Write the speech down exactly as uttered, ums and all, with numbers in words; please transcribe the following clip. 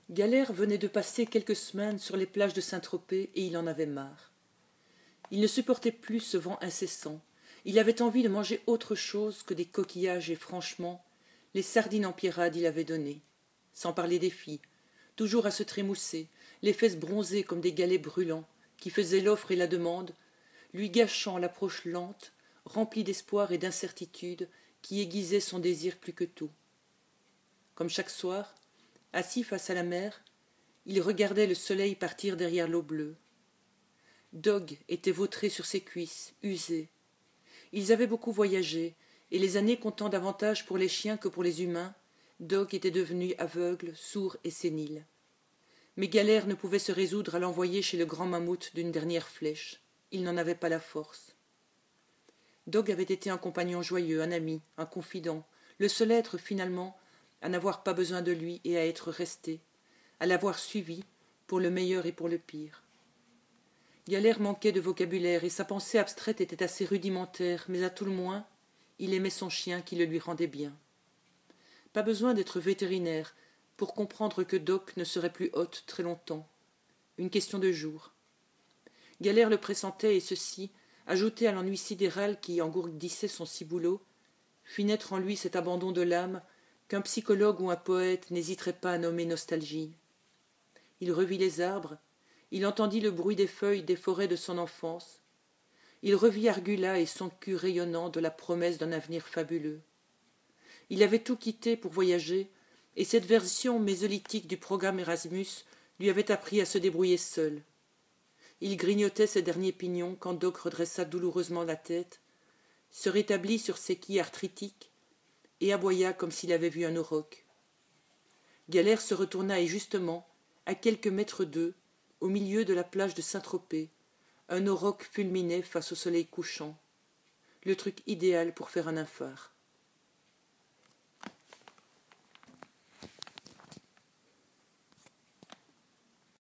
Galère venait de passer quelques semaines sur les plages de Saint-Tropez et il en avait marre. Il ne supportait plus ce vent incessant. Il avait envie de manger autre chose que des coquillages et franchement, les sardines en pierrade il avait donné. Sans parler des filles, toujours à se trémousser, les fesses bronzées comme des galets brûlants, qui faisaient l'offre et la demande, lui gâchant l'approche lente, remplie d'espoir et d'incertitude, qui aiguisait son désir plus que tout. Comme chaque soir, assis face à la mer, il regardait le soleil partir derrière l'eau bleue. Dog était vautré sur ses cuisses, usé. Ils avaient beaucoup voyagé, et les années comptant davantage pour les chiens que pour les humains, Dog était devenu aveugle, sourd et sénile. Mais Galère ne pouvait se résoudre à l'envoyer chez le grand mammouth d'une dernière flèche. Il n'en avait pas la force. Dog avait été un compagnon joyeux, un ami, un confident, le seul être, finalement, à n'avoir pas besoin de lui et à être resté, à l'avoir suivi, pour le meilleur et pour le pire. Galère manquait de vocabulaire et sa pensée abstraite était assez rudimentaire, mais à tout le moins, il aimait son chien qui le lui rendait bien. Pas besoin d'être vétérinaire pour comprendre que Doc ne serait plus hôte très longtemps. Une question de jours. Galère le pressentait et ceci, ajouté à l'ennui sidéral qui engourdissait son ciboulot, fit naître en lui cet abandon de l'âme qu'un psychologue ou un poète n'hésiterait pas à nommer nostalgie. Il revit les arbres, il entendit le bruit des feuilles des forêts de son enfance, il revit Argula et son cul rayonnant de la promesse d'un avenir fabuleux. Il avait tout quitté pour voyager, et cette version mésolithique du programme Erasmus lui avait appris à se débrouiller seul. Il grignotait ses derniers pignons quand Doc redressa douloureusement la tête, se rétablit sur ses quilles arthritiques et aboya comme s'il avait vu un auroch. Galère se retourna et justement, à quelques mètres d'eux, au milieu de la plage de Saint-Tropez, un auroch fulminait face au soleil couchant. Le truc idéal pour faire un infart.